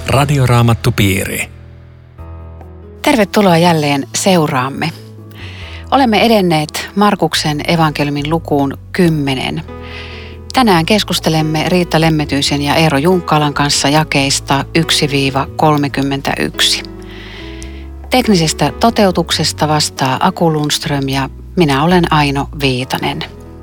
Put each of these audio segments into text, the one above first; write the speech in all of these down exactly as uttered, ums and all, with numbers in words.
Radioraamattupiiri. Tervetuloa jälleen seuraamme. Olemme edenneet Markuksen evankeliumin lukuun kymmenen. Tänään keskustelemme Riitta Lemmetyisen ja Eero Junkkalan kanssa jakeista yksi kolmekymmentäyksi. Teknisestä toteutuksesta vastaa Aku Lundström ja minä olen Aino Viitanen.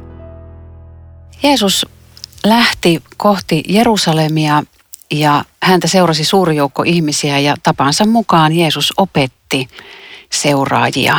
Jeesus lähti kohti Jerusalemia ja häntä seurasi suuri joukko ihmisiä ja tapansa mukaan Jeesus opetti seuraajia.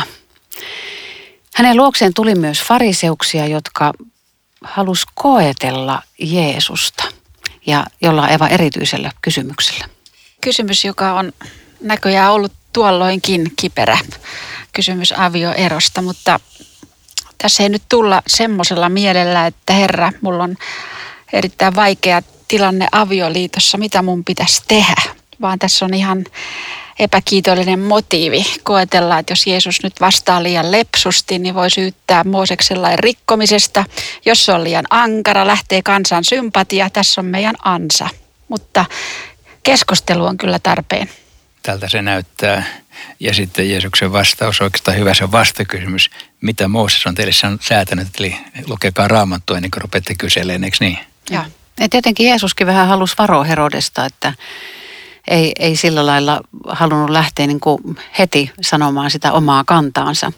Hänen luokseen tuli myös fariseuksia, jotka halusi koetella Jeesusta ja jollain aivan erityisellä kysymyksellä. Kysymys, joka on näköjään ollut tuolloinkin kiperä. Kysymys avioerosta, mutta tässä ei nyt tulla semmoisella mielellä, että Herra, mulla on erittäin vaikea tilanne avioliitossa, mitä mun pitäisi tehdä, vaan tässä on ihan epäkiitollinen motiivi koetella, että jos Jeesus nyt vastaa liian lepsusti, niin voi syyttää Mooseksen lain rikkomisesta. Jos se on liian ankara, lähtee kansan sympatia, tässä on meidän ansa. Mutta keskustelu on kyllä tarpeen. Tältä se näyttää. Ja sitten Jeesuksen vastaus on oikeastaan hyvä se vastakysymys. Mitä Mooses on teille säätänyt? Eli lukekaa Raamattua ennen kuin rupeatte kyselemään, eikö niin? Joo. Ja tietenkin Jeesuskin vähän halusi varoa Herodesta, että ei, ei sillä lailla halunnut lähteä niin kuin heti sanomaan sitä omaa kantaansa.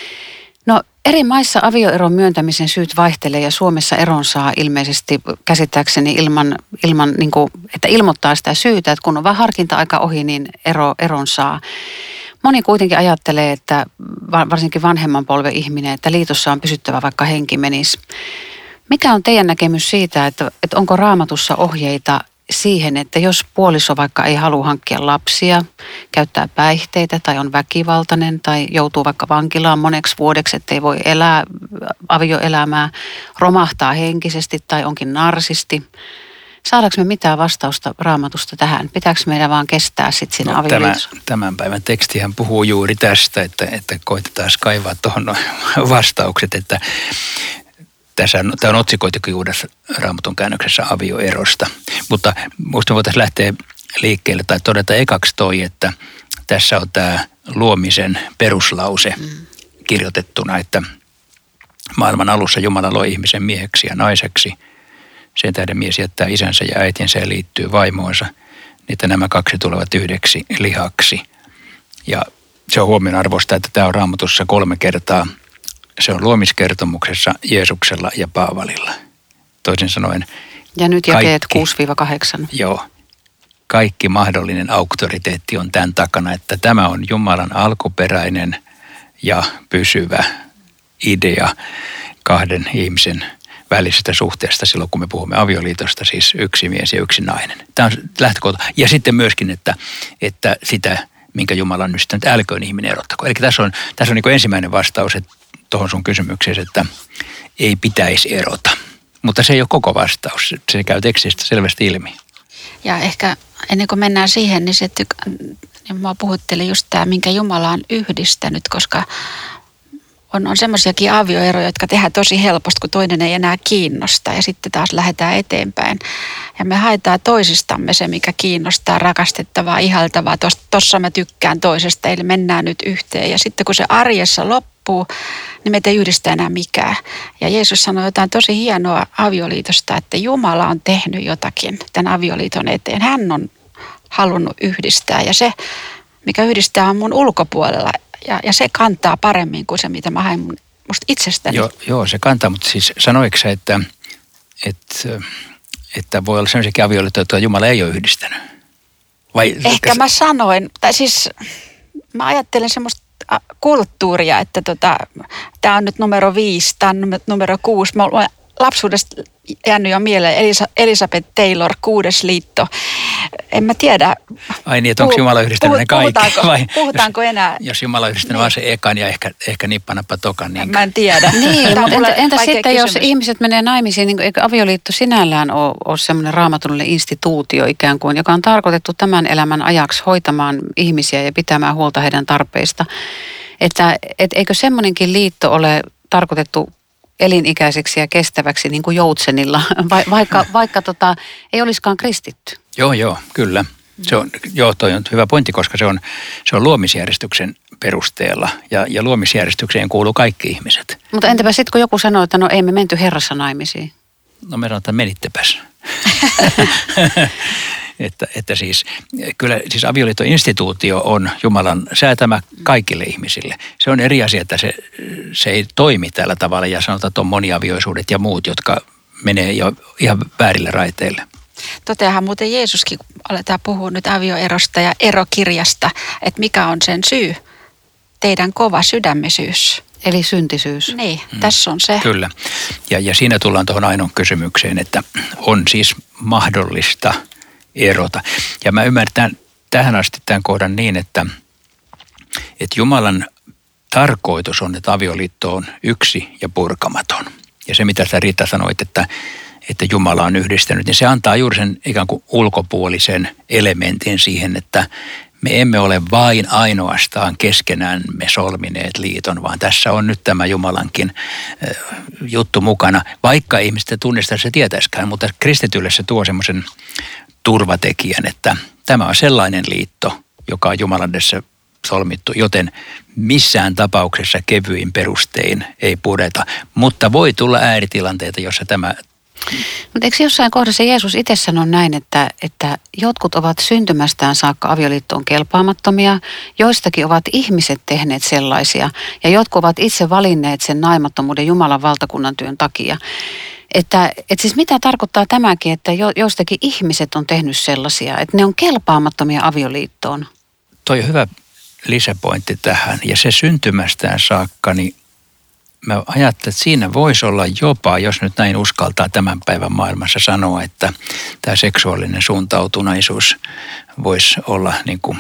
No eri maissa avioeron myöntämisen syyt vaihtelee ja Suomessa eron saa ilmeisesti käsittääkseni ilman, ilman niin kuin, että ilmoittaa sitä syytä, että kun on vaan harkinta-aika ohi, niin ero, eron saa. Moni kuitenkin ajattelee, että varsinkin vanhemman polven ihminen, että liitossa on pysyttävä vaikka henki menisi. Mikä on teidän näkemys siitä, että, että onko Raamatussa ohjeita siihen, että jos puoliso vaikka ei halua hankkia lapsia, käyttää päihteitä tai on väkivaltainen tai joutuu vaikka vankilaan moneksi vuodeksi, ettei voi elää avioelämää, romahtaa henkisesti tai onkin narsisti. Saadaanko me mitään vastausta Raamatusta tähän? Pitääkö meidän vaan kestää sitten siinä no, avioliitossa? Tämä, tämän päivän tekstihän puhuu juuri tästä, että, että koitetaan kaivaa tuohon vastaukset, että Tässä on, tämä on otsikoitukin uudessa Raamatun käännöksessä avioerosta, mutta minusta voitaisiin lähteä liikkeelle tai todeta ekaksi toi, että tässä on tämä luomisen peruslause mm. kirjoitettuna, että maailman alussa Jumala loi ihmisen mieheksi ja naiseksi. Sen tähden mies jättää isänsä ja äitinsä ja liittyy vaimoonsa, niin että nämä kaksi tulevat yhdeksi lihaksi. Ja se on huomionarvoista, että tämä on Raamatussa kolme kertaa. Se on luomiskertomuksessa Jeesuksella ja Paavalilla. Toisin sanoen ja nyt jakeet kuusi kahdeksan. Joo. Kaikki mahdollinen auktoriteetti on tämän takana, että tämä on Jumalan alkuperäinen ja pysyvä idea kahden ihmisen välisestä suhteesta silloin, kun me puhumme avioliitosta, siis yksi mies ja yksi nainen. Tämä on lähtökohta. Ja sitten myöskin, että, että sitä, minkä Jumala on nyt älköön ihminen erottako. Eli tässä on, tässä on niin kuin ensimmäinen vastaus, että tuohon sun kysymykseen, että ei pitäisi erota. Mutta se ei ole koko vastaus. Se käy tekstistä selvästi ilmi. Ja ehkä ennen kuin mennään siihen, niin se, että minua puhutteli just tämä, minkä Jumala on yhdistänyt, koska on, on semmoisiakin avioeroja, jotka tehdään tosi helposti, kun toinen ei enää kiinnosta ja sitten taas lähdetään eteenpäin. Ja me haetaan toisistamme se, mikä kiinnostaa, rakastettavaa, ihaltavaa. Tuossa mä tykkään toisesta, eli mennään nyt yhteen. Ja sitten kun se arjessa loppuu, niin meitä ei yhdistä enää mikään. Ja Jeesus sanoi jotain tosi hienoa avioliitosta, että Jumala on tehnyt jotakin tämän avioliiton eteen. Hän on halunnut yhdistää ja se, mikä yhdistää, on mun ulkopuolella. Ja, ja se kantaa paremmin kuin se, mitä mä haen musta itsestäni. Joo, joo, se kantaa, mutta siis sanoiko sä, että, että, että voi olla sellaisiakin avioliittoja, joita Jumala ei ole yhdistänyt? Vai, Ehkä mä sanoin, tai siis mä ajattelen semmoista kulttuuria, että tota, tämä on nyt numero viisi, tämä on numero kuusi. Mä olen lapsuudesta jäänyt jo mieleen Elisa, Elizabeth Taylor, Kuudes liitto. En mä tiedä. Ai niin, että onko Jumala yhdistänyt ne kaikki? Puhutaanko, vai puhutaanko jos, enää? Jos Jumala on yhdistänyt niin. vaan se ekan ja ehkä, ehkä nippanappa tokan. Niin mä en tiedä. Niin, mutta entä, entä sitten, kysymys. Jos ihmiset menee naimisiin, niin eikö avioliitto sinällään ole, ole semmoinen raamatullinen instituutio ikään kuin, joka on tarkoitettu tämän elämän ajaksi hoitamaan ihmisiä ja pitämään huolta heidän tarpeista. Että et, eikö semmoinenkin liitto ole tarkoitettu elinikäiseksi ja kestäväksi niin kuin joutsenilla, Va, vaikka, vaikka tota, ei olisikaan kristitty? Joo, joo, kyllä. Se on, joo, toi on hyvä pointti, koska se on, se on luomisjärjestyksen perusteella ja, ja luomisjärjestykseen kuuluu kaikki ihmiset. Mutta entäpä sitten, kun joku sanoo, että no ei me menty Herrassa naimisiin? No me sanotaan, että menittepäs. että, että siis, kyllä siis avioliittoinstituutio on Jumalan säätämä kaikille ihmisille. Se on eri asia, että se, se ei toimi tällä tavalla ja sanotaan, että on moniavioisuudet ja muut, jotka menee jo ihan väärille raiteille. Toteahan muuten Jeesuskin, kun aletaan puhua nyt avioerosta ja erokirjasta, että mikä on sen syy, teidän kova sydämisyys. Eli syntisyys. Niin, mm. tässä on se. Kyllä. Ja, ja siinä tullaan tuohon ainoan kysymykseen, että on siis mahdollista erota. Ja mä ymmärrän tähän asti tämän kohdan niin, että, että Jumalan tarkoitus on, että avioliitto on yksi ja purkamaton. Ja se, mitä sä Riitta sanoit, että, että Jumala on yhdistänyt, niin se antaa juuri sen ikään kuin ulkopuolisen elementin siihen, että me emme ole vain ainoastaan keskenään me solmineet liiton, vaan tässä on nyt tämä Jumalankin juttu mukana, vaikka ihmiset tunnistaisi se tietäisikään, mutta kristitylle se tuo semmoisen turvatekijän, että tämä on sellainen liitto, joka on Jumalan edessä solmittu, joten missään tapauksessa kevyin perustein ei pureta, mutta voi tulla ääritilanteita, jossa tämä... Mutta eikö jossain kohdassa Jeesus itse sanoi näin, että, että jotkut ovat syntymästään saakka avioliittoon kelpaamattomia, joistakin ovat ihmiset tehneet sellaisia ja jotkut ovat itse valinneet sen naimattomuuden Jumalan valtakunnan työn takia. Että, että siis mitä tarkoittaa tämäkin, että jo, joistakin ihmiset on tehnyt sellaisia, että ne on kelpaamattomia avioliittoon? Toi on hyvä lisäpointti tähän ja se syntymästään saakka, niin mä ajattelen, että siinä voisi olla jopa, jos nyt näin uskaltaa tämän päivän maailmassa sanoa, että tämä seksuaalinen suuntautuneisuus voisi olla niin kuin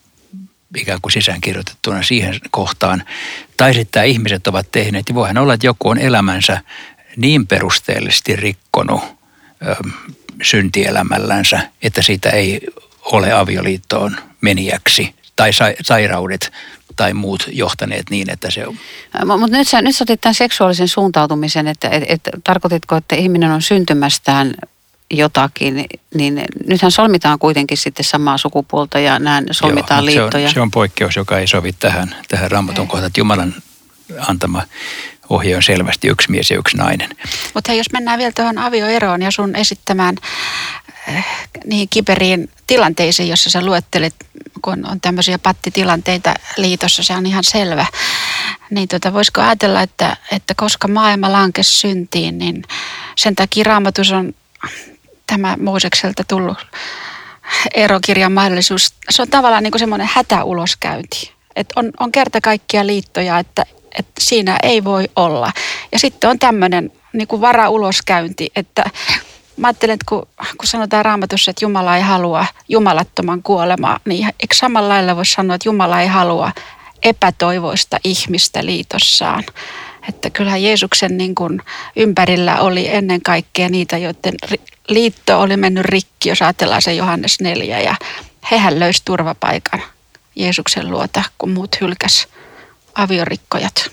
ikään kuin sisäänkirjoitettuna siihen kohtaan. Tai sitten ihmiset ovat tehneet, niin voihan olla, että joku on elämänsä niin perusteellisesti rikkonut ö, syntielämällänsä, että siitä ei ole avioliittoon menijäksi tai sa- sairaudet tai muut johtaneet niin, että se on... Mutta nyt sä, nyt sä otit tämän seksuaalisen suuntautumisen, että et, et, tarkoititko, että ihminen on syntymästään jotakin, niin nythän solmitaan kuitenkin sitten samaa sukupuolta ja näin solmitaan Joo, liittoja. Se on, se on poikkeus, joka ei sovi tähän, tähän Raamatun kohtaan, että Jumalan antama ohje on selvästi yksi mies ja yksi nainen. Mutta jos mennään vielä tuohon avioeroon ja sun esittämään äh, niihin kiperiin tilanteisiin, jossa sä luettelit, kun on tämmöisiä pattitilanteita liitossa, se on ihan selvä. Niin tota, voisiko ajatella, että, että koska maailma lankesi syntiin, niin sen takia Raamatus on tämä Moosekselta tullut erokirjan mahdollisuus. Se on tavallaan niin kuin semmoinen hätäuloskäynti. Että on, on kerta kaikkia liittoja, että, että siinä ei voi olla. Ja sitten on tämmöinen niin kuin varauloskäynti, että mä ajattelen, että kun, kun sanotaan Raamatussa, että Jumala ei halua jumalattoman kuolemaa, niin eikö samalla lailla voi sanoa, että Jumala ei halua epätoivoista ihmistä liitossaan. Että kyllähän Jeesuksen niin kuin ympärillä oli ennen kaikkea niitä, joiden liitto oli mennyt rikki, jos ajatellaan se Johannes neljä. Ja hehän löysi turvapaikan Jeesuksen luota, kun muut hylkäs aviorikkojat.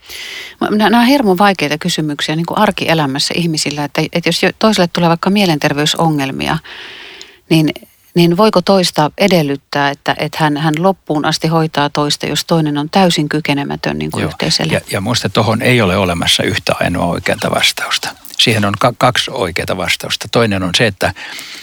Nämä on hirmu vaikeita kysymyksiä niin kuin arkielämässä ihmisillä, että, että jos toiselle tulee vaikka mielenterveysongelmia, niin, niin voiko toista edellyttää, että, että hän, hän loppuun asti hoitaa toista, jos toinen on täysin kykenemätön niin kuin yhteiselle? Ja, ja muista tuohon ei ole olemassa yhtä ainoa oikeaa vastausta. Siihen on ka- kaksi oikeaa vastausta. Toinen on se, että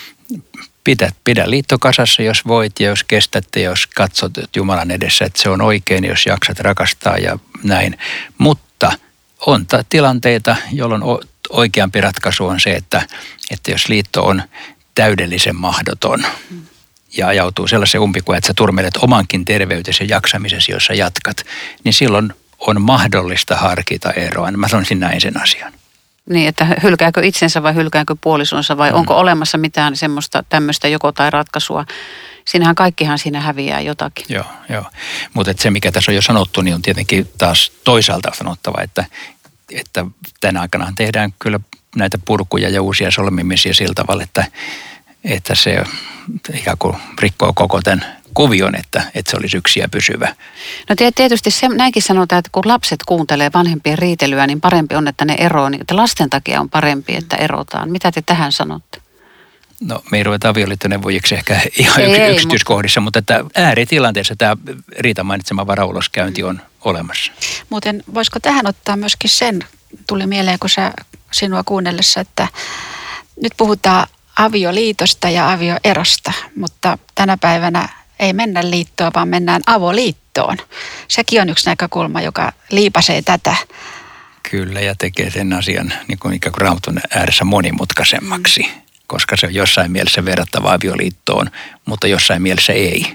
Pidä, pidä liitto kasassa, jos voit ja jos kestätte, jos katsot Jumalan edessä, että se on oikein, jos jaksat rakastaa ja näin. Mutta on tilanteita, jolloin oikeampi ratkaisu on se, että, että jos liitto on täydellisen mahdoton ja ajautuu sellaisen umpikuun, että sä turmelet omankin terveytesi ja jaksamisesi, jos sä jatkat, niin silloin on mahdollista harkita eroa. Mä sanoisin näin sen asian. Niin, että hylkääkö itsensä vai hylkääkö puolisonsa vai mm. onko olemassa mitään semmoista tämmöistä joko tai ratkaisua. Siinähän kaikkihan siinä häviää jotakin. Joo, joo. Mutta se mikä tässä on jo sanottu, niin on tietenkin taas toisaalta sanottava, että, että tänä aikana tehdään kyllä näitä purkuja ja uusia solmimisia sillä tavalla, että, että se ikään kuin rikkoo koko tämän kuvion, että, että se olisi yksi ja pysyvä. No tietysti se, näinkin sanotaan, että kun lapset kuuntelee vanhempien riitelyä, niin parempi on, että ne eroaa. Niin, että lasten takia on parempi, että erotaan. Mitä te tähän sanotte? No me ei ruveta avioliittoneuvojiksi ehkä ihan ei, yks, ei, yksityiskohdissa, mutta, mutta että ääritilanteessa tämä Riitan mainitsema varauloskäynti on olemassa. Muuten voisiko tähän ottaa myöskin sen, tuli mieleen kun sä, sinua kuunnellessa, että nyt puhutaan avioliitosta ja avioerosta, mutta tänä päivänä ei mennä liittoon, vaan mennään avoliittoon. Sekin on yksi näkökulma, joka liipasee tätä. Kyllä, ja tekee sen asian niin kuin ikään kuin Raamatun ääressä monimutkaisemmaksi, mm. koska se on jossain mielessä verrattava avioliittoon, mutta jossain mielessä ei.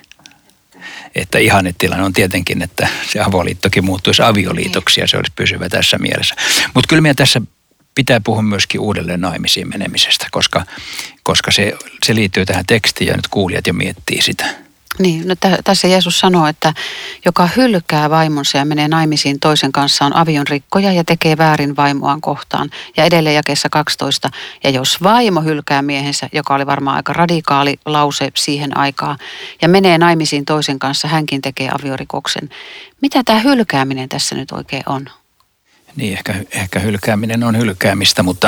Että ihannetilanne on tietenkin, että se avoliittokin muuttuisi avioliitoksi ja se olisi pysyvä tässä mielessä. Mutta kyllä meidän tässä pitää puhua myöskin uudelleen naimisiin menemisestä, koska, koska se, se liittyy tähän tekstiin ja nyt kuulijat jo miettii sitä. Niin, no t- tässä Jeesus sanoo, että joka hylkää vaimonsa ja menee naimisiin toisen kanssa on avion rikkoja ja tekee väärin vaimoaan kohtaan. Ja edelleen jakeessa kaksitoista, ja jos vaimo hylkää miehensä, joka oli varmaan aika radikaali lause siihen aikaan, ja menee naimisiin toisen kanssa, hänkin tekee aviorikoksen. Mitä tämä hylkääminen tässä nyt oikein on? Niin, ehkä, ehkä hylkääminen on hylkäämistä, mutta,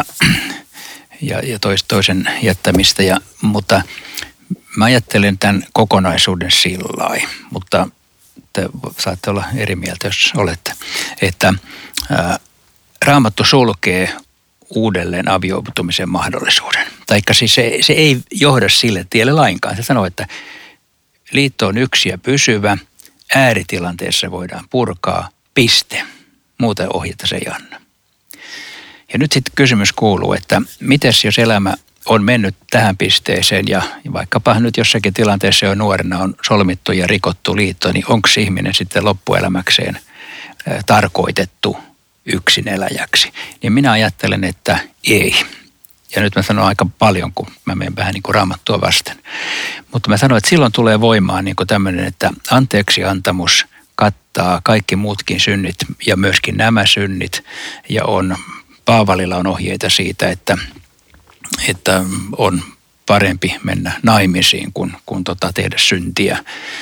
ja, ja tois, toisen jättämistä, ja, mutta mä ajattelen tämän kokonaisuuden sillai, mutta te saatte olla eri mieltä, jos olette, että ää, Raamattu sulkee uudelleen avioitumisen mahdollisuuden. Taikka siis se, se ei johda sille tielle lainkaan. Se sanoo, että liitto on yksi ja pysyvä, ääritilanteessa voidaan purkaa, piste. Muuta ohjetta se ei anna. Ja nyt sitten kysymys kuuluu, että mites jos elämä on mennyt tähän pisteeseen ja vaikkapa nyt jossakin tilanteessa jo nuorena on solmittu ja rikottu liitto, niin onko ihminen sitten loppuelämäkseen tarkoitettu yksineläjäksi? Niin minä ajattelen, että ei. Ja nyt mä sanon aika paljon, kun mä menen vähän niin kuin Raamattua vasten. Mutta mä sanon, että silloin tulee voimaan niin kuin tämmöinen, että anteeksi antamus kattaa kaikki muutkin synnit ja myöskin nämä synnit. Ja on, Paavalilla on ohjeita siitä, että että on parempi mennä naimisiin kuin, kuin tota tehdä syntiä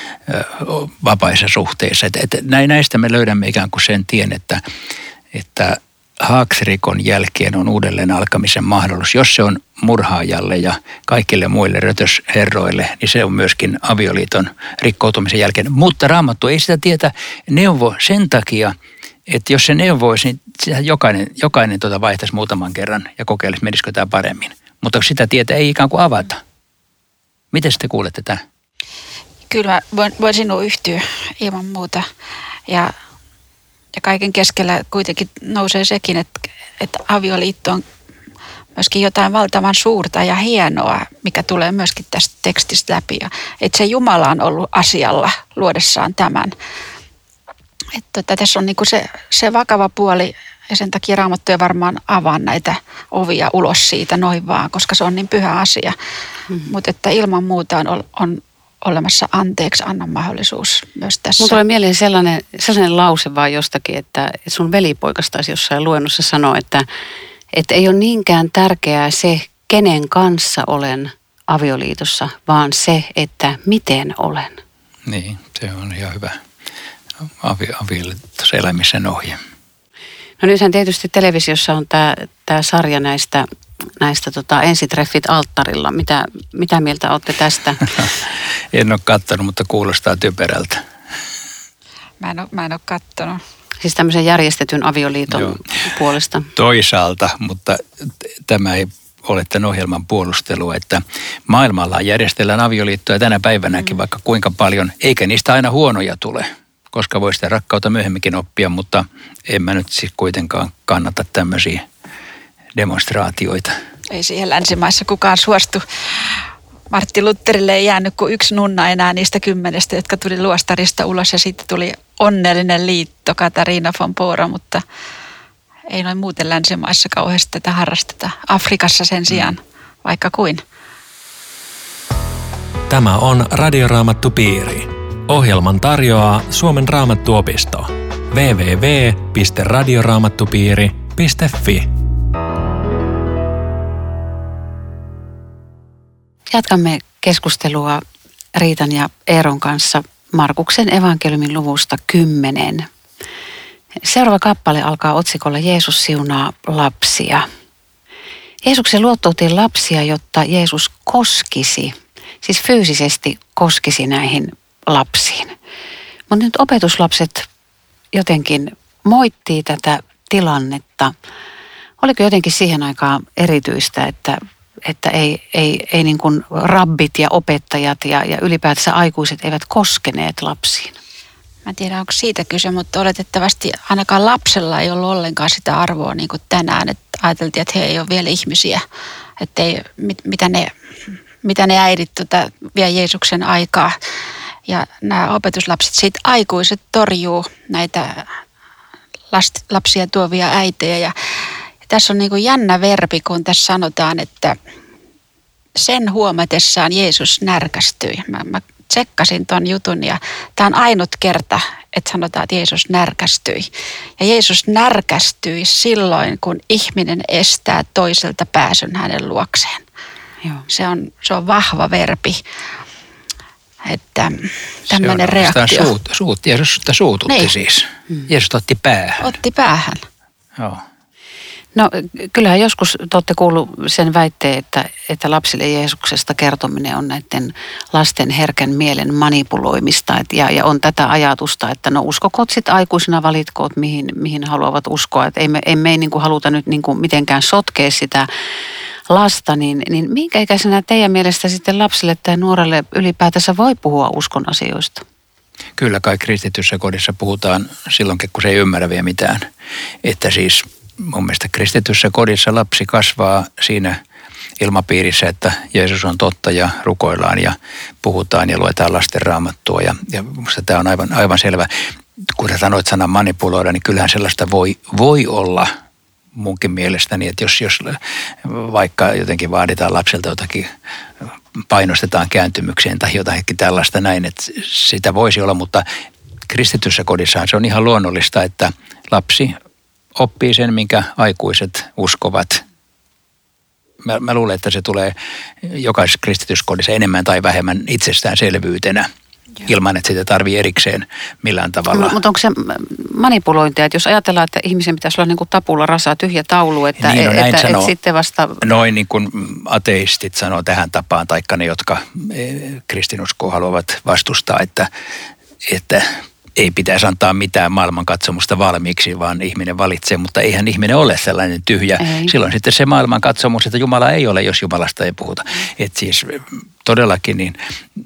vapaissa suhteissa. Et, et näistä me löydämme ikään kuin sen tien, että, että haaksirikon jälkeen on uudelleen alkamisen mahdollisuus. Jos se on murhaajalle ja kaikille muille rötösherroille, niin se on myöskin avioliiton rikkoutumisen jälkeen. Mutta Raamattu ei sitä tietä neuvo sen takia, että jos se neuvoisi, niin jokainen, jokainen tuota vaihtaisi muutaman kerran ja kokeilisi, menisikö tämä paremmin. Mutta sitä tietä ei ikään kuin avata. Miten te kuulette tämän? Kyllä mä voin, voin sinua yhtyä ilman muuta. Ja, ja kaiken keskellä kuitenkin nousee sekin, että, että avioliitto on myöskin jotain valtavan suurta ja hienoa, mikä tulee myöskin tästä tekstistä läpi. Ja, että se Jumala on ollut asialla luodessaan tämän. Että tässä on niinku se, se vakava puoli ja sen takia Raamattu ei varmaan avaa näitä ovia ulos siitä noin vaan, koska se on niin pyhä asia. Mm-hmm. Mutta että ilman muuta on, on olemassa anteeksi annan mahdollisuus myös tässä. Mun tulee mieleen sellainen, sellainen lause vaan jostakin, että sun velipoikas taisi jossain luennossa sanoa, että, että ei ole niinkään tärkeää se, kenen kanssa olen avioliitossa, vaan se, että miten olen. Niin, se on ihan hyvä avioliitossa elämisen ohje. No nythän tietysti televisiossa on tämä, tämä sarja näistä, näistä tota, ensitreffit alttarilla. Mitä, mitä mieltä olette tästä? En ole katsonut, mutta kuulostaa typerältä. Mä en ole, mä en ole katsonut. Siis tämmöisen järjestetyn avioliiton Joo. puolesta. Toisaalta, mutta tämä ei ole tämän ohjelman puolustelua, että maailmalla järjestellään avioliittoja tänä päivänäkin mm. vaikka kuinka paljon, eikä niistä aina huonoja tule. Koska voi sitä rakkautta myöhemminkin oppia, mutta en mä nyt siis kuitenkaan kannata tämmöisiä demonstraatioita. Ei siihen länsimaissa kukaan suostu. Martti Lutherille ei jäänyt kuin yksi nunna enää niistä kymmenestä, jotka tuli luostarista ulos ja sitten tuli onnellinen liitto, Katariina von Bora, mutta ei noin muuten länsimaissa kauheasti tätä harrasteta. Afrikassa sen sijaan, mm. vaikka kuin. Tämä on Radioraamattupiiri. Ohjelman tarjoaa Suomen Raamattuopisto. double-u double-u double-u piste radioraamattupiiri piste fi. Jatkamme keskustelua Riitan ja Eeron kanssa Markuksen evankeliumin luvusta kymmenen. Seuraava kappale alkaa otsikolla Jeesus siunaa lapsia. Jeesuksen luo tuotiin lapsia, jotta Jeesus koskisi, siis fyysisesti koskisi näihin lapsiin. Mutta nyt opetuslapset jotenkin moittii tätä tilannetta. Oliko jotenkin siihen aikaan erityistä, että, että ei, ei, ei niin kuin rabbit ja opettajat ja, ja ylipäätänsä aikuiset eivät koskeneet lapsiin? Mä en tiedä, onko siitä kyse, mutta oletettavasti ainakaan lapsella ei ollut ollenkaan sitä arvoa niin kuin tänään. Että ajateltiin, että he ei ole vielä ihmisiä, että ei, mit, mitä, ne, mitä ne äidit tota, vie Jeesuksen aikaa. Ja nämä opetuslapset, siitä aikuiset torjuu näitä last, lapsia tuovia äitejä. Ja, ja tässä on niin kuin jännä verbi, kun tässä sanotaan, että sen huomatessaan Jeesus närkästyi. Mä, mä tsekkasin ton jutun ja tämä on ainut kerta, että sanotaan, että Jeesus närkästyi. Ja Jeesus närkästyi silloin, kun ihminen estää toiselta pääsyn hänen luokseen. Joo. Se on, se on vahva verbi, että tämmöinen reaktio. Suut, suut, Jeesus suututti niin. Siis. Hmm. Jeesus otti päähän. Otti päähän. Joo. No kyllähän joskus te olette kuullut sen väitteen, että, että lapsille Jeesuksesta kertominen on näiden lasten herkän mielen manipuloimista. Et, ja, ja on tätä ajatusta, että no uskokot sit aikuisena, valitkoot mihin, mihin haluavat uskoa. Että ei me ei, me ei niin kuin haluta nyt niin kuin mitenkään sotkea sitä lasta. Niin, niin minkä ikäisenä teidän mielestä sitten lapsille tai nuorelle ylipäätänsä voi puhua uskon asioista? Kyllä kai kristityssä kodissa puhutaan silloinkin, kun se ei ymmärrä vielä mitään. Että siis mun mielestä kristityssä kodissa lapsi kasvaa siinä ilmapiirissä, että Jeesus on totta ja rukoillaan ja puhutaan ja luetaan lasten raamattua. Ja, ja musta tämä on aivan, aivan selvä. Kun sä sanoit sanan manipuloida, niin kyllähän sellaista voi, voi olla munkin mielestäni, että jos, jos vaikka jotenkin vaaditaan lapselta jotakin, painostetaan kääntymykseen tai jotakin tällaista näin, että sitä voisi olla, mutta kristityssä kodissaan se on ihan luonnollista, että lapsi oppii sen, minkä aikuiset uskovat. Mä, mä luulen, että se tulee jokaisessa kristityskodissa enemmän tai vähemmän itsestäänselvyytenä, Joo. ilman että sitä tarvitsee erikseen millään tavalla. Mutta onko se manipulointia, että jos ajatellaan, että ihmisen pitäisi olla niin kuin tapulla rasa, tyhjä taulu, että, niin, no, että, että, sanoo, että sitten vasta... Noin niin kuin ateistit sanoo tähän tapaan, taikka ne, jotka kristinuskoa haluavat vastustaa, että, että ei pitäisi antaa mitään maailmankatsomusta valmiiksi, vaan ihminen valitsee, mutta eihän ihminen ole sellainen tyhjä. Ei. Silloin sitten se maailmankatsomus, että Jumala ei ole, jos Jumalasta ei puhuta. Että siis todellakin niin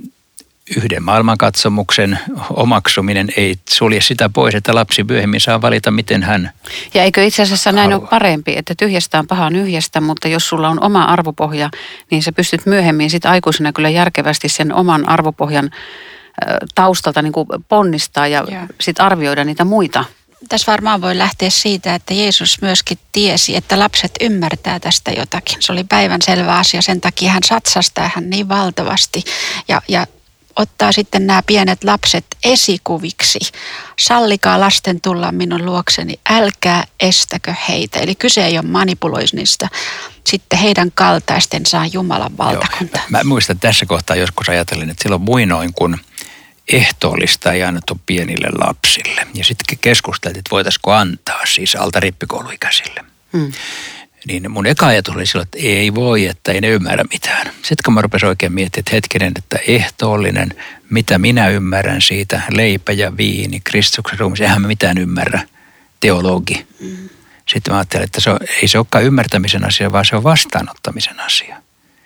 yhden maailmankatsomuksen omaksuminen ei sulje sitä pois, että lapsi myöhemmin saa valita, miten hän Ja eikö itse asiassa näin haluaa. Ole parempi, että tyhjästä on paha nyhjästä, mutta jos sulla on oma arvopohja, niin sä pystyt myöhemmin sit aikuisena kyllä järkevästi sen oman arvopohjan taustalta niin kuin ponnistaa ja yeah. sitten arvioida niitä muita. Tässä varmaan voi lähteä siitä, että Jeesus myöskin tiesi, että lapset ymmärtää tästä jotakin. Se oli päivänselvä asia, sen takia hän satsasi tähän niin valtavasti ja, ja ottaa sitten nämä pienet lapset esikuviksi. Sallikaa lasten tulla minun luokseni, älkää estäkö heitä. Eli kyse ei ole manipuloinnista. Sitten heidän kaltaistensa Jumalan valtakunta. Joo, mä muistan tässä kohtaa joskus ajatellen, että silloin muinoin, kun ehtoollista ei annettu pienille lapsille. Ja sitten keskusteltiin, että voitaisiko antaa siis alta rippikouluikäisille. Hmm. Niin mun eka ajatus oli silloin, että ei voi, että ei ne ymmärrä mitään. Sitten kun mä rupesin oikein miettimään, että hetkinen, että ehtoollinen, mitä minä ymmärrän siitä, leipä ja viini, Kristuksen ruumis, eihän mä mitään ymmärrä, teologi. Hmm. Sitten mä ajattelin, että se on, ei se olekaan ymmärtämisen asia, vaan se on vastaanottamisen asia.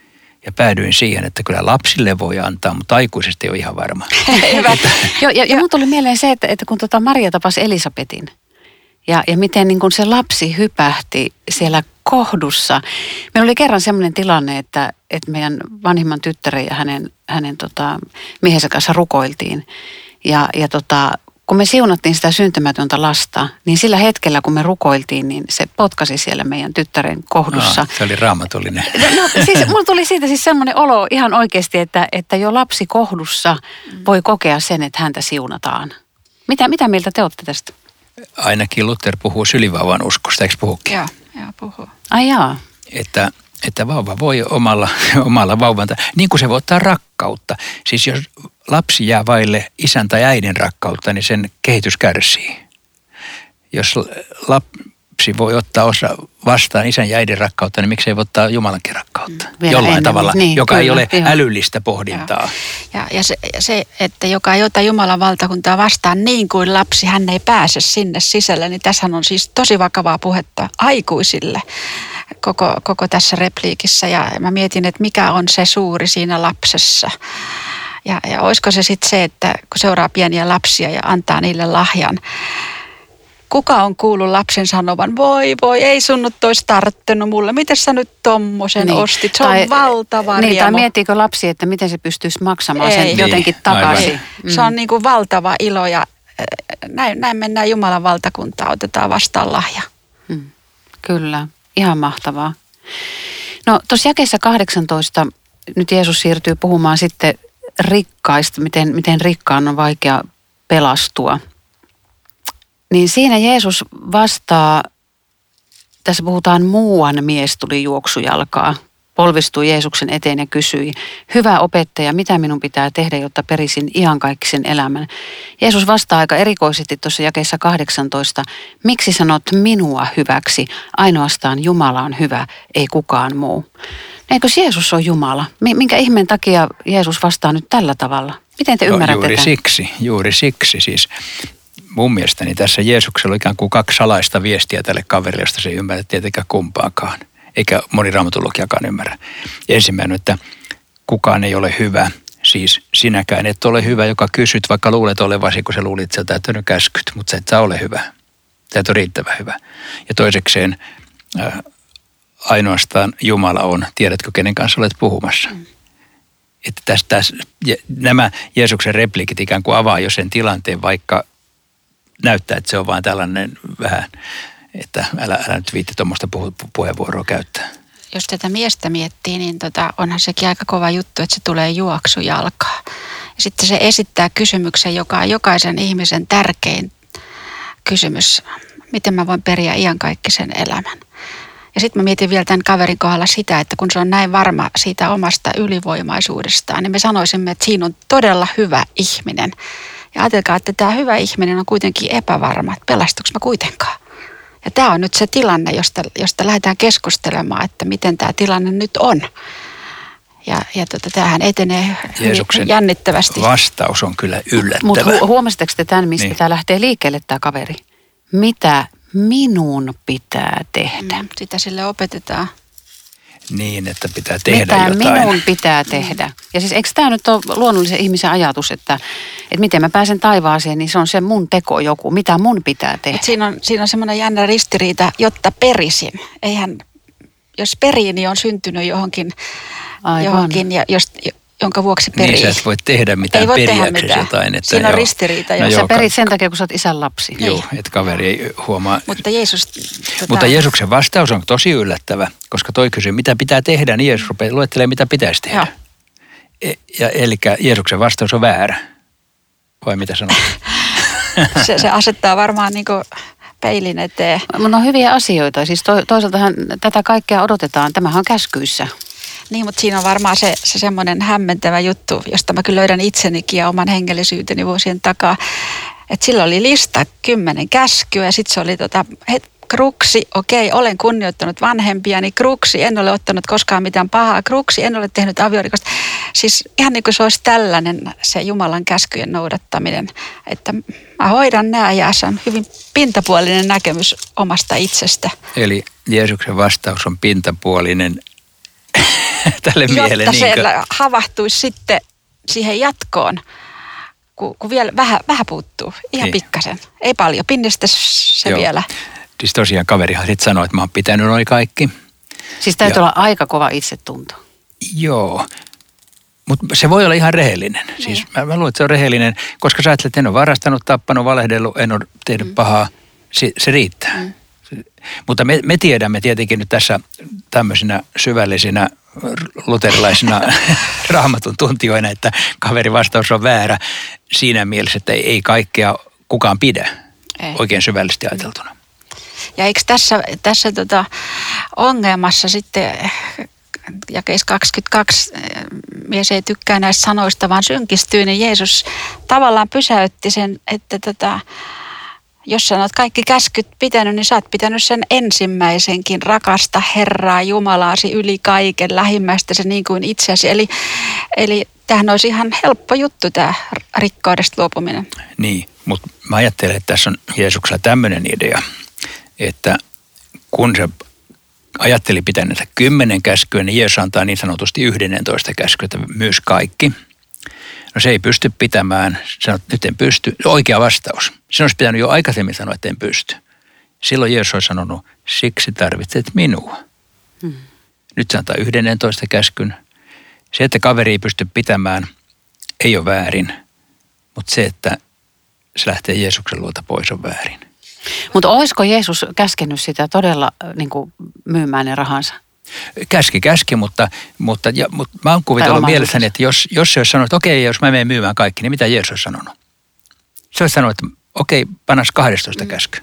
Ja päädyin siihen, että kyllä lapsille voi antaa, mutta aikuisesti ei ole ihan varma. Hyvä. Joo, ja, ja mun tuli mieleen se, että, että kun tota Maria tapasi Elisabetin ja, ja miten niin kun se lapsi hypähti siellä kohdussa. Meillä oli kerran semmoinen tilanne, että, että meidän vanhimman tyttären ja hänen, hänen tota, miehensä kanssa rukoiltiin. Ja, ja tota, kun me siunattiin sitä syntymätöntä lasta, niin sillä hetkellä, kun me rukoiltiin, niin se potkasi siellä meidän tyttären kohdussa. No, se oli raamatullinen. No siis mulla tuli siitä siis semmoinen olo ihan oikeasti, että, että jo lapsi kohdussa voi kokea sen, että häntä siunataan. Mitä, mitä mieltä te olette tästä? Ainakin Luther puhuu sylivauvan uskosta, eikö puhukin? Joo, joo puhuu. Ai jaa. Että, että vauva voi omalla, omalla vauvansa, niin kuin se voi ottaa rakkautta. Siis jos lapsi jää vaille isän tai äidin rakkautta, niin sen kehitys kärsii. Jos lapsi voi ottaa osa vastaan isän ja äidin rakkautta, niin miksei voi ottaa Jumalankin rakkautta? Vielä jollain enemmän, tavalla, niin, joka kyllä, ei ole joo. älyllistä pohdintaa. Ja, ja se, se, että joka ei ota Jumalan valtakuntaa vastaan niin kuin lapsi, hän ei pääse sinne sisälle, niin tässä on siis tosi vakavaa puhetta aikuisille koko, koko tässä repliikissä. Ja mä mietin, että mikä on se suuri siinä lapsessa. Ja, ja olisiko se sitten se, että kun seuraa pieniä lapsia ja antaa niille lahjan, kuka on kuullut lapsen sanovan, voi voi, ei sun nyt olisi tarttunut mulle, miten sä nyt tommosen niin. ostit, se tai, on valtava niin, riemu. Tai miettiikö lapsi, että miten se pystyisi maksamaan ei. sen Ei. jotenkin Niin, takaisin. Mm. Se on niin kuin valtava ilo ja näin, näin mennään Jumalan valtakuntaan, otetaan vastaan lahja. Mm. Kyllä, ihan mahtavaa. No tuossa jakeessa kahdeksantoista nyt Jeesus siirtyy puhumaan sitten rikkaista, miten, miten rikkaan on vaikea pelastua. Niin siinä Jeesus vastaa, tässä puhutaan muuan mies tuli juoksujalkaa, polvistui Jeesuksen eteen ja kysyi, hyvä opettaja, mitä minun pitää tehdä, jotta perisin iankaikkisen elämän? Jeesus vastaa aika erikoisesti tuossa jakeessa kahdeksantoista, miksi sanot minua hyväksi, ainoastaan Jumala on hyvä, ei kukaan muu. Eikö Jeesus ole Jumala? Minkä ihmeen takia Jeesus vastaa nyt tällä tavalla? Miten te ymmärrätte no, juuri tämän? siksi, juuri siksi siis. Mun mielestäni tässä Jeesuksella on ikään kuin kaksi salaista viestiä tälle kaverille, josta se ei ymmärrä tietenkään kumpaakaan. Eikä moni raamattulogiakaan ymmärrä. Ensimmäinen, että kukaan ei ole hyvä. Siis sinäkään et ole hyvä, joka kysyt, vaikka luulet olevasi, kun sä luulit, että sä täyttänyt käskyt. Mutta sä et saa ole hyvä. Sä et ole riittävän hyvä. Ja toisekseen äh, ainoastaan Jumala on. Tiedätkö, kenen kanssa olet puhumassa? Mm. Että tästä, tästä, nämä Jeesuksen repliikit ikään kuin avaa jo sen tilanteen, vaikka näyttää, että se on vaan tällainen vähän, että älä, älä nyt viitti tuommoista puheenvuoroa käyttää. Jos tätä miestä miettii, niin tota, onhan sekin aika kova juttu, että se tulee juoksujalkaa. Ja sitten se esittää kysymyksen, joka on jokaisen ihmisen tärkein kysymys. Miten mä voin periä iankaikkisen elämän? Ja sitten mä mietin vielä tämän kaverin kohdalla sitä, että kun se on näin varma siitä omasta ylivoimaisuudestaan, niin me sanoisimme, että siinä on todella hyvä ihminen. Ja ajatelkaa, että tämä hyvä ihminen on kuitenkin epävarma, että pelastuuko mä kuitenkaan. Ja tämä on nyt se tilanne, josta, josta lähdetään keskustelemaan, että miten tämä tilanne nyt on. Ja, ja tota, tämähän etenee Jeesuksen jännittävästi. Vastaus on kyllä yllättävä. Mutta hu- huomasitteko te tämän, mistä niin. tämä lähtee liikkeelle tämä kaveri? Mitä minun pitää tehdä? Mm, sitä sille opetetaan. Niin, että pitää tehdä Mitä jotain. minun pitää tehdä? Ja siis eikö tämä nyt ole luonnollisen ihmisen ajatus, että, että miten mä pääsen taivaaseen, niin se on se mun teko joku. Mitä mun pitää tehdä? Et siinä on, siinä on semmoinen jännä ristiriita, jotta perisin. Eihän, jos perii, niin on syntynyt johonkin, johonkin ja jos, jonka vuoksi perii. Niin sä et voi tehdä mitään ei voi periäksesi tehdä mitään. jotain. Että siinä on joo. ristiriita. No No Sä joo, perit sen takia, kun sä oot isän lapsi. Joo, että kaveri ei huomaa. Mutta Jeesus... Tota, Mutta Jeesuksen vastaus on tosi yllättävä, koska toi kysyy, mitä pitää tehdä, niin Jeesus rupeaa luettelemaan, mitä pitäisi tehdä. E, ja, eli Jeesuksen vastaus on väärä. Vai mitä sanot? se, se asettaa varmaan niin kuin peilin eteen. Mutta on hyviä asioita. Siis to, toisaaltahan tätä kaikkea odotetaan. Tämähän on käskyissä. Niin, mutta siinä on varmaan se, se semmoinen hämmentävä juttu, josta mä kyllä löydän itsenikin ja oman hengellisyyteni vuosien takaa. Että sillä oli lista kymmenen käskyä ja sitten se oli tota, het, kruksi, okei, olen kunnioittanut vanhempiani, kruksi, en ole ottanut koskaan mitään pahaa, kruksi, en ole tehnyt aviorikosta. Siis ihan niin kuin se olisi tällainen se Jumalan käskyjen noudattaminen, että mä hoidan nämä ja se on hyvin pintapuolinen näkemys omasta itsestä. Eli Jeesuksen vastaus on pintapuolinen tälle miehelle. Jotta Niinkö? se havahtuisi sitten siihen jatkoon, kun, kun vielä vähän, vähän puuttuu, ihan Niin. pikkasen. Ei paljon, pinnistä se Joo. vielä. Siis tosiaan kaverihan sitten sanoi, että mä oon pitänyt noin kaikki. Siis täytyy Ja- olla aika kova itsetunto. Joo, mutta se voi olla ihan rehellinen. Niin. Siis mä, mä luulen, että se on rehellinen, koska sä ajattelet, että en ole varastanut, tappanut, valehdellut, en ole tehnyt mm. pahaa. Se, se riittää. Mm. Se, mutta me, me tiedämme tietenkin nyt tässä tämmöisinä syvällisinä luterilaisina raamatun tuntijoina, että kaverin vastaus on väärä siinä mielessä, että ei, ei kaikkea kukaan pidä Ei. oikein syvällisesti ajateltuna. Ja eikö tässä, tässä tota ongelmassa sitten, jakeessa kaksikymmentäkaksi, mies ei tykkää näistä sanoista, vaan synkistyy, niin Jeesus tavallaan pysäytti sen, että tota, Jos sä oot kaikki käskyt pitänyt, niin sä oot pitänyt sen ensimmäisenkin. Rakasta Herraa Jumalaasi yli kaiken, lähimmäistäsi niin kuin itseäsi. Eli, eli tämähän olisi ihan helppo juttu, tämä rikkaudesta luopuminen. Niin, mutta mä ajattelen, että tässä on Jeesuksella tämmöinen idea, että kun se ajatteli pitäneensä kymmenen käskyä, niin Jeesus antaa niin sanotusti yhdentoista käskyä, että myös kaikki. No se ei pysty pitämään, sanoo, että nyt en pysty. Oikea vastaus. Sen olisi pitänyt jo aikaisemmin sanoa, että en pysty. Silloin Jeesus olisi sanonut, siksi tarvitset minua. Hmm. Nyt se antaa yhdentoista käskyn. Se, että kaveri ei pysty pitämään, ei ole väärin. Mutta se, että se lähtee Jeesuksen luota pois, on väärin. Mutta olisiko Jeesus käskenyt sitä todella niin kuin myymään ne rahansa? Käski, käski, mutta, mutta, ja, mutta mä oon kuvitellut mielessäni, että jos, jos se olisi sanonut, että okei, jos mä menen myymään kaikki, niin mitä Jeesus olisi sanonut? Se olisi sanonut, että okei, panas kahdestoista mm. käsky.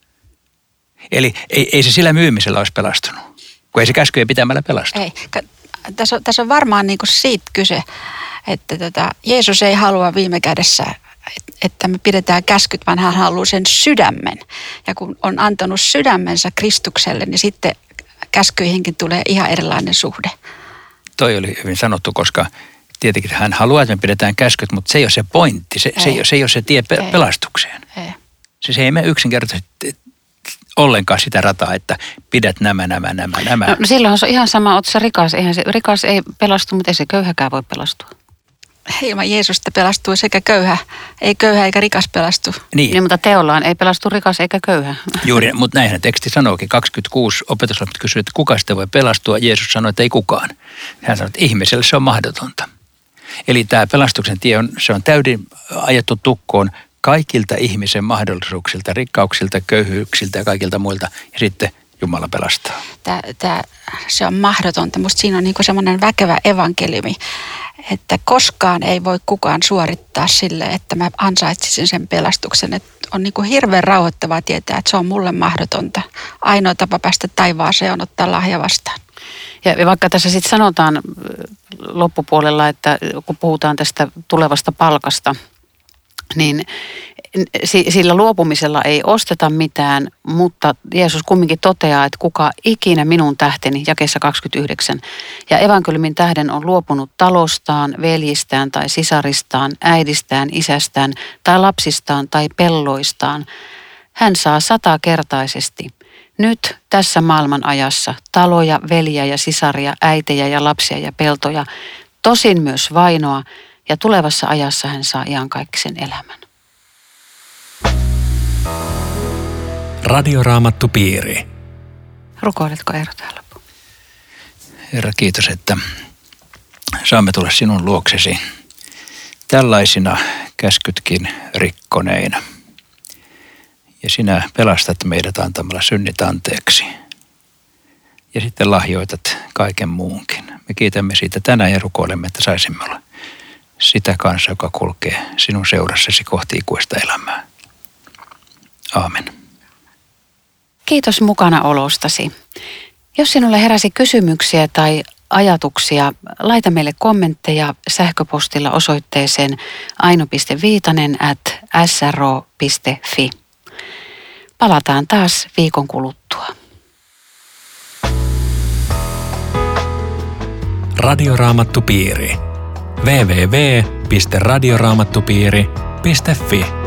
Eli ei, ei se sillä myymisellä olisi pelastunut, kun ei se käskyjen pitämällä pelastu. Ei, tässä on, tässä on varmaan niin kuin siitä kyse, että tota, Jeesus ei halua viime kädessä, että me pidetään käskyt, vaan hän haluaa sen sydämen. Ja kun on antanut sydämensä Kristukselle, niin sitten käskyihinkin tulee ihan erilainen suhde. Toi oli hyvin sanottu, koska tietenkin hän haluaa, että me pidetään käskyt, mutta se ei ole se pointti. Se ei, se ei, ole, se ei ole se tie pe- pelastukseen. Ei. Se, se ei mene yksinkertaisesti ollenkaan sitä rataa, että pidät nämä, nämä, nämä, nämä. No, silloin se on ihan sama, oot sä rikas. Eihän se, rikas ei pelastu, mutta ei se köyhäkään voi pelastua. Ilman Jeesusta pelastuu sekä köyhä, ei köyhä eikä rikas pelastu. Niin. niin mutta teollaan ei pelastu rikas eikä köyhä. Juuri, mutta näinhän teksti sanookin. kaksikymmentäkuusi opetuslapset kysyivät, että kuka sitä voi pelastua. Jeesus sanoi, että ei kukaan. Hän sanoi, että ihmiselle se on mahdotonta. Eli tämä pelastuksen tie on, se on täysin ajettu tukkoon kaikilta ihmisen mahdollisuuksilta, rikkauksilta, köyhyyksiltä ja kaikilta muilta. Ja sitten Jumala pelastaa. Tämä, tämä, se on mahdotonta. Musta siinä on niin kuin semmoinen väkevä evankeliumi, että koskaan ei voi kukaan suorittaa sille, että mä ansaitsisin sen pelastuksen. Että on niin kuin hirveän rauhoittavaa tietää, että se on mulle mahdotonta. Ainoa tapa päästä taivaaseen on ottaa lahja vastaan. Ja vaikka tässä sitten sanotaan loppupuolella, että kun puhutaan tästä tulevasta palkasta, niin sillä luopumisella ei osteta mitään, mutta Jeesus kumminkin toteaa, että kuka ikinä minun tähteni, jakeessa kaksikymmentäyhdeksän, ja evankeliumin tähden on luopunut talostaan, veljistään tai sisaristaan, äidistään, isästään tai lapsistaan tai pelloistaan, hän saa satakertaisesti nyt tässä maailman ajassa taloja, veljiä ja sisaria, äitejä ja lapsia ja peltoja, tosin myös vainoa, ja tulevassa ajassa hän saa iankaikkisen elämän. Radioraamattupiiri. Rukoiletko Eero tähän loppuun? Herra, kiitos, että saamme tulla sinun luoksesi tällaisina käskytkin rikkoneina. Ja sinä pelastat meidät antamalla synnit anteeksi. Ja sitten lahjoitat kaiken muunkin. Me kiitämme siitä tänään ja rukoilemme, että saisimme olla sitä kanssa, joka kulkee sinun seurassasi kohti ikuista elämää. Aamen. Kiitos mukana olostasi. Jos sinulle heräsi kysymyksiä tai ajatuksia, laita meille kommentteja sähköpostilla osoitteeseen aino piste viitanen at s r o piste f i. Palataan taas viikon kuluttua. Radioraamattupiiri. double-u double-u double-u piste radioraamattupiiri piste f i